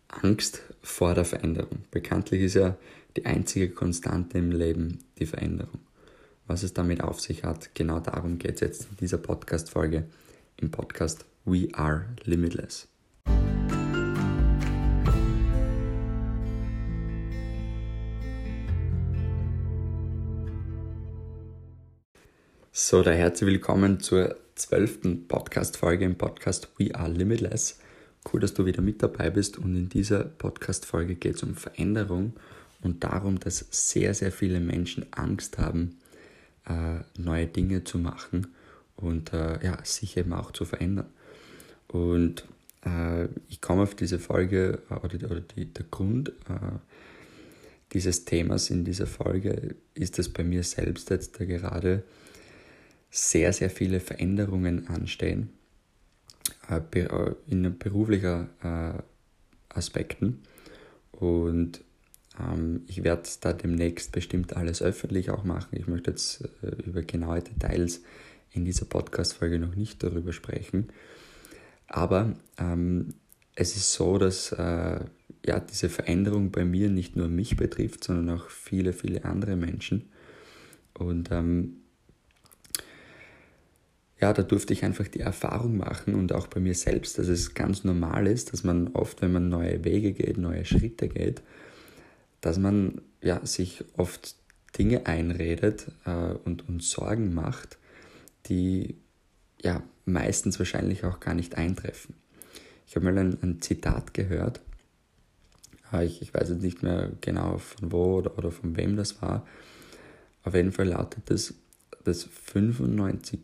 Angst vor der Veränderung. Bekanntlich ist ja die einzige Konstante im Leben die Veränderung. Was es damit auf sich hat, genau darum geht es jetzt in dieser Podcast-Folge im Podcast We Are Limitless. So, da herzlich willkommen zur 12. Podcast-Folge im Podcast We Are Limitless. Cool, dass du wieder mit dabei bist, und in dieser Podcast-Folge geht es um Veränderung und darum, dass sehr, sehr viele Menschen Angst haben, neue Dinge zu machen und sich eben auch zu verändern. Und ich komme auf diese Folge der Grund dieses Themas in dieser Folge ist, dass bei mir selbst jetzt da gerade sehr, sehr viele Veränderungen anstehen in beruflicher Aspekten, und ich werde da demnächst bestimmt alles öffentlich auch machen. Ich möchte jetzt über genaue Details in dieser Podcast-Folge noch nicht darüber sprechen, aber es ist so, dass diese Veränderung bei mir nicht nur mich betrifft, sondern auch viele, viele andere Menschen, und da durfte ich einfach die Erfahrung machen, und auch bei mir selbst, dass es ganz normal ist, dass man oft, wenn man neue Wege geht, neue Schritte geht, dass man sich oft Dinge einredet und Sorgen macht, die meistens wahrscheinlich auch gar nicht eintreffen. Ich habe mal ein Zitat gehört, ich weiß jetzt nicht mehr genau von wo oder von wem das war. Auf jeden Fall lautet es, dass 95%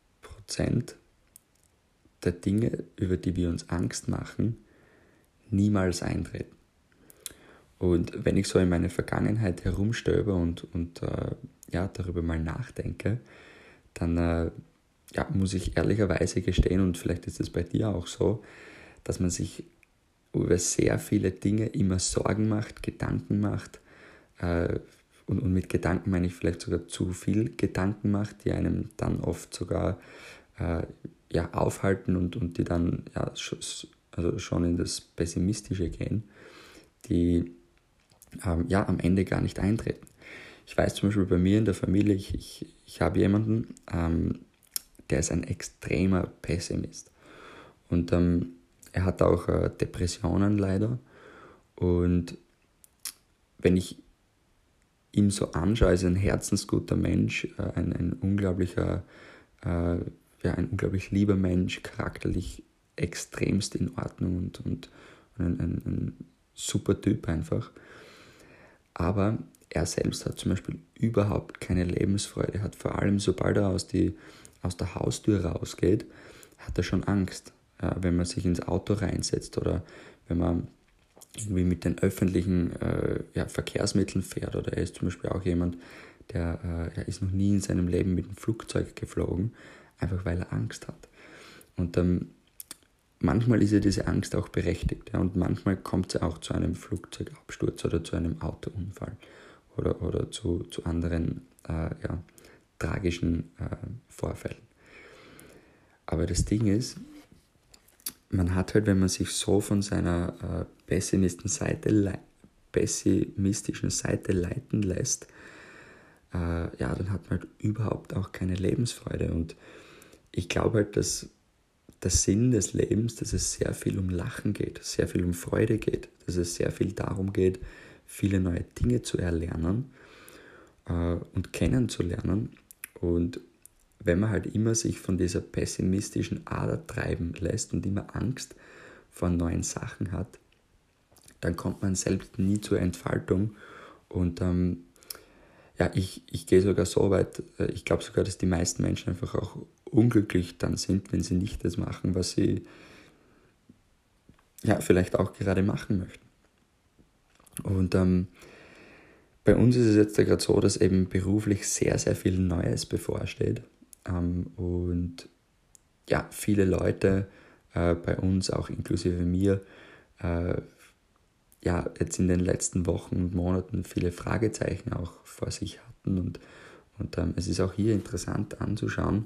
der Dinge, über die wir uns Angst machen, niemals eintreten. Und wenn ich so in meine Vergangenheit herumstöber und darüber mal nachdenke, dann muss ich ehrlicherweise gestehen, und vielleicht ist es bei dir auch so, dass man sich über sehr viele Dinge immer Sorgen macht, Gedanken macht, und mit Gedanken meine ich vielleicht sogar zu viel Gedanken macht, die einem dann oft sogar aufhalten und die dann schon in das Pessimistische gehen, die am Ende gar nicht eintreten. Ich weiß zum Beispiel bei mir in der Familie, ich habe jemanden, der ist ein extremer Pessimist, und er hat auch Depressionen leider, und wenn ich ihm so anschaue, ist ein herzensguter Mensch, ein unglaublicher ein unglaublich lieber Mensch, charakterlich extremst in Ordnung und ein super Typ einfach. Aber er selbst hat zum Beispiel überhaupt keine Lebensfreude, hat vor allem, sobald er aus der Haustür rausgeht, hat er schon Angst, wenn man sich ins Auto reinsetzt oder wenn man irgendwie mit den öffentlichen Verkehrsmitteln fährt. Oder er ist zum Beispiel auch jemand, der ist noch nie in seinem Leben mit dem Flugzeug geflogen, einfach weil er Angst hat. Und manchmal ist ja diese Angst auch berechtigt, und manchmal kommt es auch zu einem Flugzeugabsturz oder zu einem Autounfall oder zu anderen tragischen Vorfällen. Aber das Ding ist, man hat halt, wenn man sich so von seiner pessimistischen Seite leiten lässt, dann hat man halt überhaupt auch keine Lebensfreude. Und ich glaube halt, dass der Sinn des Lebens, dass es sehr viel um Lachen geht, sehr viel um Freude geht, dass es sehr viel darum geht, viele neue Dinge zu erlernen und kennenzulernen. Und wenn man halt immer sich von dieser pessimistischen Ader treiben lässt und immer Angst vor neuen Sachen hat, dann kommt man selbst nie zur Entfaltung. Und ich gehe sogar so weit, ich glaube sogar, dass die meisten Menschen einfach auch unglücklich dann sind, wenn sie nicht das machen, was sie vielleicht auch gerade machen möchten. Und bei uns ist es jetzt ja gerade so, dass eben beruflich sehr, sehr viel Neues bevorsteht. Und viele Leute bei uns, auch inklusive mir, jetzt in den letzten Wochen und Monaten viele Fragezeichen auch vor sich hatten. Und es ist auch hier interessant anzuschauen,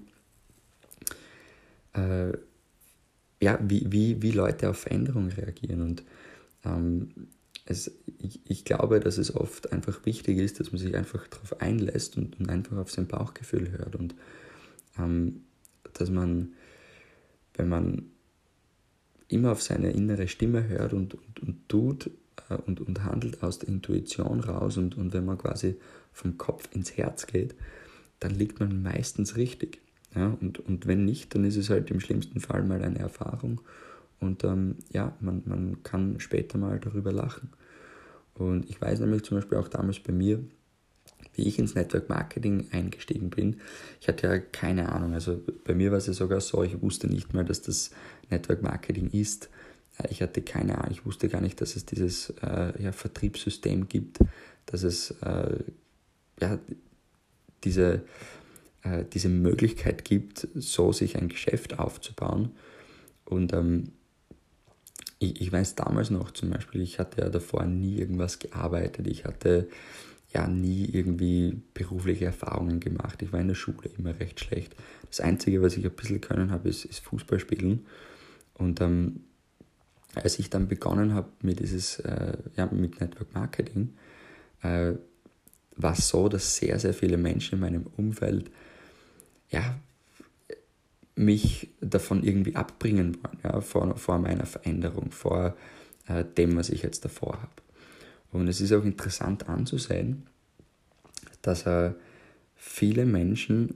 wie Leute auf Veränderungen reagieren. Und ich glaube, dass es oft einfach wichtig ist, dass man sich einfach darauf einlässt und einfach auf sein Bauchgefühl hört und dass man, wenn man immer auf seine innere Stimme hört und tut und handelt aus der Intuition raus und wenn man quasi vom Kopf ins Herz geht, dann liegt man meistens richtig. Ja? Und wenn nicht, dann ist es halt im schlimmsten Fall mal eine Erfahrung und man kann später mal darüber lachen. Und ich weiß nämlich zum Beispiel auch damals bei mir, wie ich ins Network Marketing eingestiegen bin, ich hatte ja keine Ahnung, also bei mir war es ja sogar so, ich wusste nicht mal, dass das Network Marketing ist. Ich hatte keine Ahnung, ich wusste gar nicht, dass es dieses Vertriebssystem gibt, dass es diese Möglichkeit gibt, so sich ein Geschäft aufzubauen. Und ich weiß damals noch zum Beispiel, ich hatte ja davor nie irgendwas gearbeitet, ich hatte ja nie irgendwie berufliche Erfahrungen gemacht. Ich war in der Schule immer recht schlecht. Das Einzige, was ich ein bisschen können habe, ist Fußball spielen. Und als ich dann begonnen habe mit mit Network Marketing, war es so, dass sehr, sehr viele Menschen in meinem Umfeld mich davon irgendwie abbringen wollen, vor meiner Veränderung, vor dem, was ich jetzt davor habe. Und es ist auch interessant anzusehen, dass viele Menschen,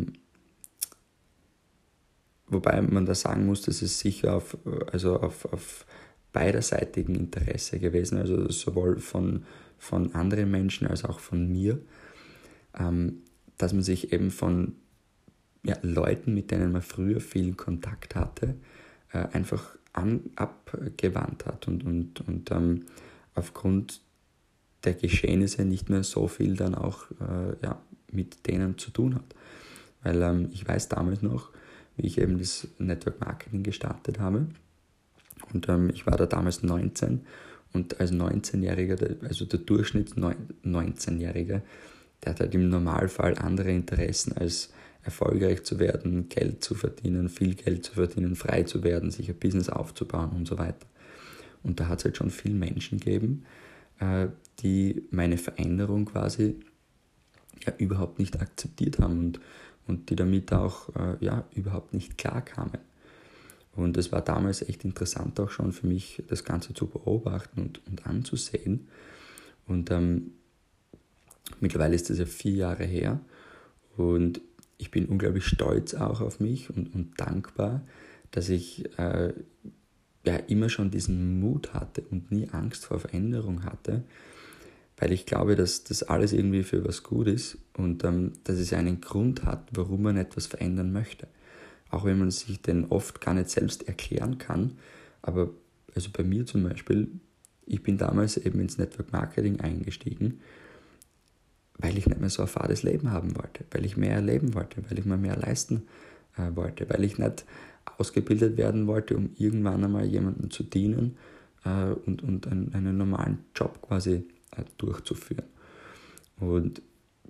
wobei man da sagen muss, dass es sicher auf beiderseitigem Interesse gewesen, also sowohl von anderen Menschen als auch von mir, dass man sich eben von Leuten, mit denen man früher viel Kontakt hatte, einfach abgewandt hat und aufgrund der Geschehnisse nicht mehr so viel dann auch mit denen zu tun hat. Weil ich weiß damals noch, wie ich eben das Network Marketing gestartet habe und ich war da damals 19 und als 19-Jähriger, also der Durchschnitt 19-Jährige, der hat halt im Normalfall andere Interessen als erfolgreich zu werden, Geld zu verdienen, viel Geld zu verdienen, frei zu werden, sich ein Business aufzubauen und so weiter. Und da hat es halt schon viele Menschen gegeben, die meine Veränderung quasi überhaupt nicht akzeptiert haben und die damit auch überhaupt nicht klar kamen. Und es war damals echt interessant auch schon für mich, das Ganze zu beobachten und anzusehen. Und mittlerweile ist das ja 4 Jahre her und ich bin unglaublich stolz auch auf mich und dankbar, dass ich immer schon diesen Mut hatte und nie Angst vor Veränderung hatte, weil ich glaube, dass das alles irgendwie für was gut ist und dass es einen Grund hat, warum man etwas verändern möchte. Auch wenn man sich den oft gar nicht selbst erklären kann, aber also bei mir zum Beispiel, ich bin damals eben ins Network Marketing eingestiegen, weil ich nicht mehr so ein fades Leben haben wollte, weil ich mehr erleben wollte, weil ich mir mehr leisten wollte, weil ich nicht ausgebildet werden wollte, um irgendwann einmal jemandem zu dienen und einen normalen Job quasi durchzuführen. Und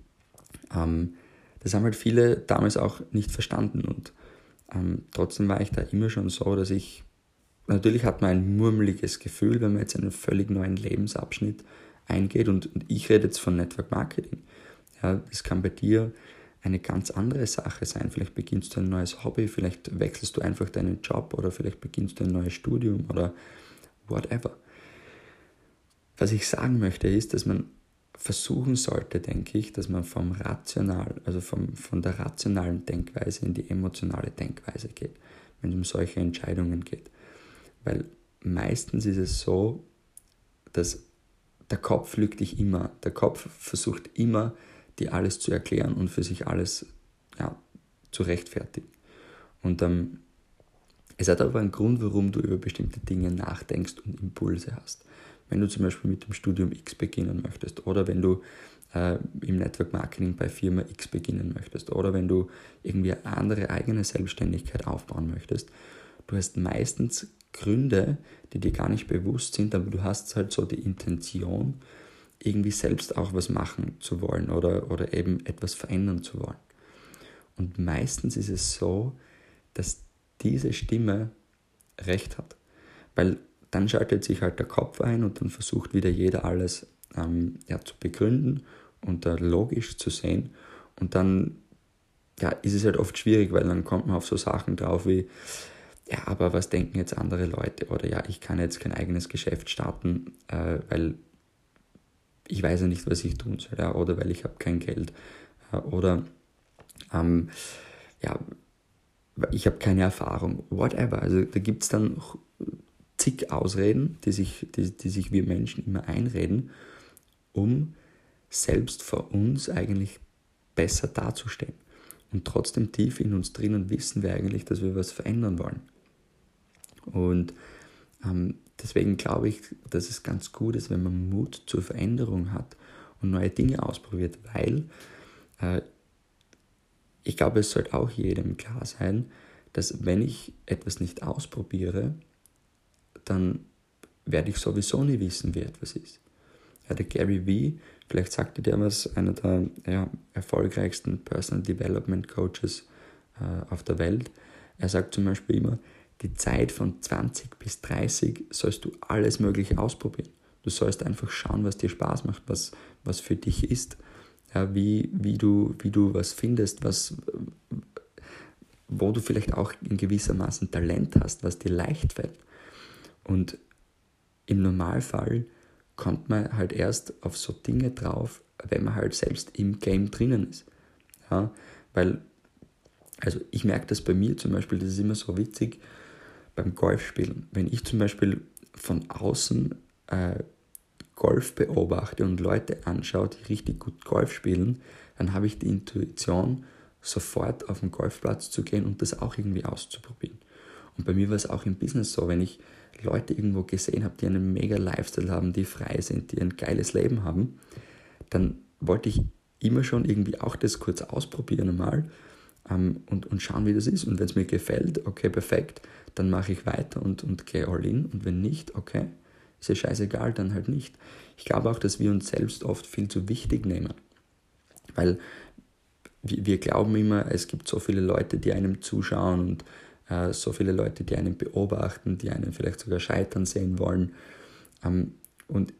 das haben halt viele damals auch nicht verstanden und trotzdem war ich da immer schon so, dass natürlich hat man ein murmeliges Gefühl, wenn man jetzt einen völlig neuen Lebensabschnitt eingeht und ich rede jetzt von Network Marketing. Ja, es kann bei dir eine ganz andere Sache sein. Vielleicht beginnst du ein neues Hobby, vielleicht wechselst du einfach deinen Job oder vielleicht beginnst du ein neues Studium oder whatever. Was ich sagen möchte ist, dass man versuchen sollte, denke ich, dass man von der rationalen Denkweise in die emotionale Denkweise geht, wenn es um solche Entscheidungen geht. Weil meistens ist es so, dass der Kopf lügt dich immer. Der Kopf versucht immer, dir alles zu erklären und für sich alles zu rechtfertigen. Und es hat aber einen Grund, warum du über bestimmte Dinge nachdenkst und Impulse hast. Wenn du zum Beispiel mit dem Studium X beginnen möchtest oder wenn du im Network Marketing bei Firma X beginnen möchtest oder wenn du irgendwie eine andere eigene Selbstständigkeit aufbauen möchtest, du hast meistens Gründe, die dir gar nicht bewusst sind, aber du hast halt so die Intention, irgendwie selbst auch was machen zu wollen oder eben etwas verändern zu wollen. Und meistens ist es so, dass diese Stimme recht hat. Weil dann schaltet sich halt der Kopf ein und dann versucht wieder jeder alles zu begründen und logisch zu sehen. Und dann ist es halt oft schwierig, weil dann kommt man auf so Sachen drauf wie, ja, aber was denken jetzt andere Leute? Oder ja, ich kann jetzt kein eigenes Geschäft starten, weil ich weiß ja nicht, was ich tun soll, ja, oder weil ich habe kein Geld. Oder ich habe keine Erfahrung, whatever. Also da gibt es dann zig Ausreden, die sich wir Menschen immer einreden, um selbst vor uns eigentlich besser dazustehen. Und trotzdem tief in uns drinnen wissen wir eigentlich, dass wir was verändern wollen. Und deswegen glaube ich, dass es ganz gut ist, wenn man Mut zur Veränderung hat und neue Dinge ausprobiert, weil ich glaube, es sollte auch jedem klar sein, dass wenn ich etwas nicht ausprobiere, dann werde ich sowieso nie wissen, wie etwas ist. Ja, der Gary Vee, vielleicht sagte der was, einer der erfolgreichsten Personal Development Coaches auf der Welt. Er sagt zum Beispiel immer, die Zeit von 20 bis 30 sollst du alles Mögliche ausprobieren. Du sollst einfach schauen, was dir Spaß macht, was für dich ist, ja, wie du was findest, wo du vielleicht auch in gewissermaßen Talent hast, was dir leicht fällt. Und im Normalfall kommt man halt erst auf so Dinge drauf, wenn man halt selbst im Game drinnen ist. Ja, weil, also ich merke das bei mir zum Beispiel, das ist immer so witzig beim Golfspielen. Wenn ich zum Beispiel von außen Golf beobachte und Leute anschaue, die richtig gut Golf spielen, dann habe ich die Intuition, sofort auf den Golfplatz zu gehen und das auch irgendwie auszuprobieren. Und bei mir war es auch im Business so, wenn ich Leute irgendwo gesehen habe, die einen mega Lifestyle haben, die frei sind, die ein geiles Leben haben, dann wollte ich immer schon irgendwie auch das kurz ausprobieren einmal und schauen, wie das ist. Und wenn es mir gefällt, okay, perfekt, dann mache ich weiter und gehe all in. Und wenn nicht, okay, ist ja scheißegal, dann halt nicht. Ich glaube auch, dass wir uns selbst oft viel zu wichtig nehmen, weil wir glauben immer, es gibt so viele Leute, die einem zuschauen und so viele Leute, die einen beobachten, die einen vielleicht sogar scheitern sehen wollen. Und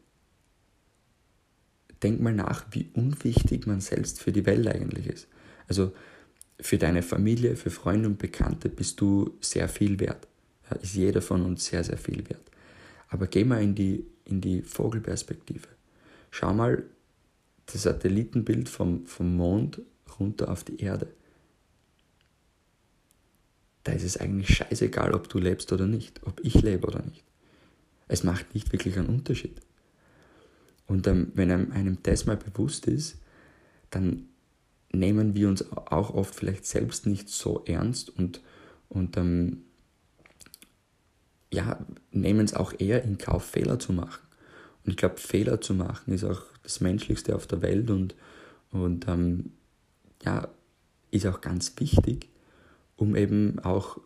denk mal nach, wie unwichtig man selbst für die Welt eigentlich ist. Also für deine Familie, für Freunde und Bekannte bist du sehr viel wert. Ja, ist jeder von uns sehr, sehr viel wert. Aber geh mal in die Vogelperspektive. Schau mal das Satellitenbild vom Mond runter auf die Erde. Da ist es eigentlich scheißegal, ob du lebst oder nicht, ob ich lebe oder nicht. Es macht nicht wirklich einen Unterschied. Und wenn einem das mal bewusst ist, dann nehmen wir uns auch oft vielleicht selbst nicht so ernst und nehmen es auch eher in Kauf, Fehler zu machen. Und ich glaube, Fehler zu machen ist auch das Menschlichste auf der Welt und ist auch ganz wichtig, um eben auch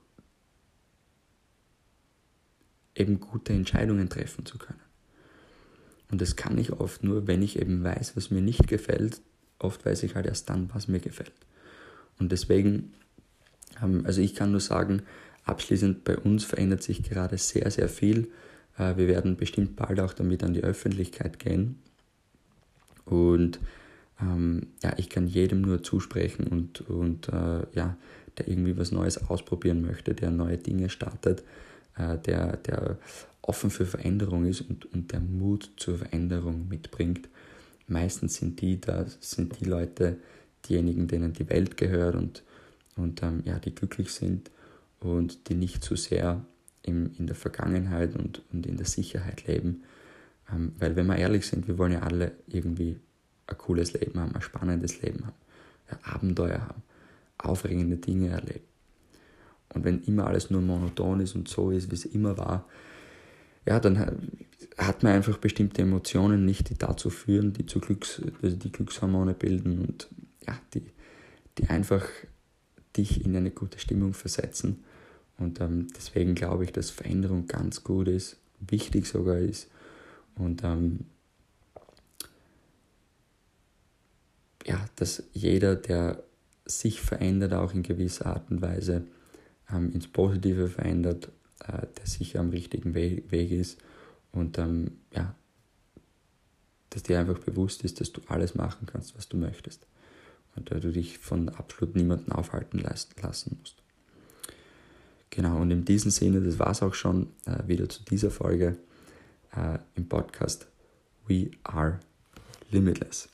gute Entscheidungen treffen zu können. Und das kann ich oft nur, wenn ich eben weiß, was mir nicht gefällt. Oft weiß ich halt erst dann, was mir gefällt. Und deswegen, also ich kann nur sagen, abschließend bei uns verändert sich gerade sehr, sehr viel. Wir werden bestimmt bald auch damit an die Öffentlichkeit gehen. Und ich kann jedem nur zusprechen und der irgendwie was Neues ausprobieren möchte, der neue Dinge startet, der offen für Veränderung ist und der Mut zur Veränderung mitbringt. Meistens sind die Leute diejenigen, denen die Welt gehört und die glücklich sind und die nicht zu sehr in der Vergangenheit und in der Sicherheit leben. Weil wenn wir ehrlich sind, wir wollen ja alle irgendwie ein cooles Leben haben, ein spannendes Leben haben, Abenteuer haben, aufregende Dinge erleben. Und wenn immer alles nur monoton ist und so ist, wie es immer war, ja, dann hat man einfach bestimmte Emotionen nicht, die dazu führen, die die Glückshormone bilden und ja, die einfach dich in eine gute Stimmung versetzen. Und deswegen glaube ich, dass Veränderung ganz gut ist, wichtig sogar ist. Und dass jeder, der sich verändert, auch in gewisser Art und Weise ins Positive verändert, der sicher am richtigen Weg ist und dass dir einfach bewusst ist, dass du alles machen kannst, was du möchtest und du dich von absolut niemandem aufhalten lassen musst. Genau, und in diesem Sinne, das war es auch schon wieder zu dieser Folge im Podcast We Are Limitless.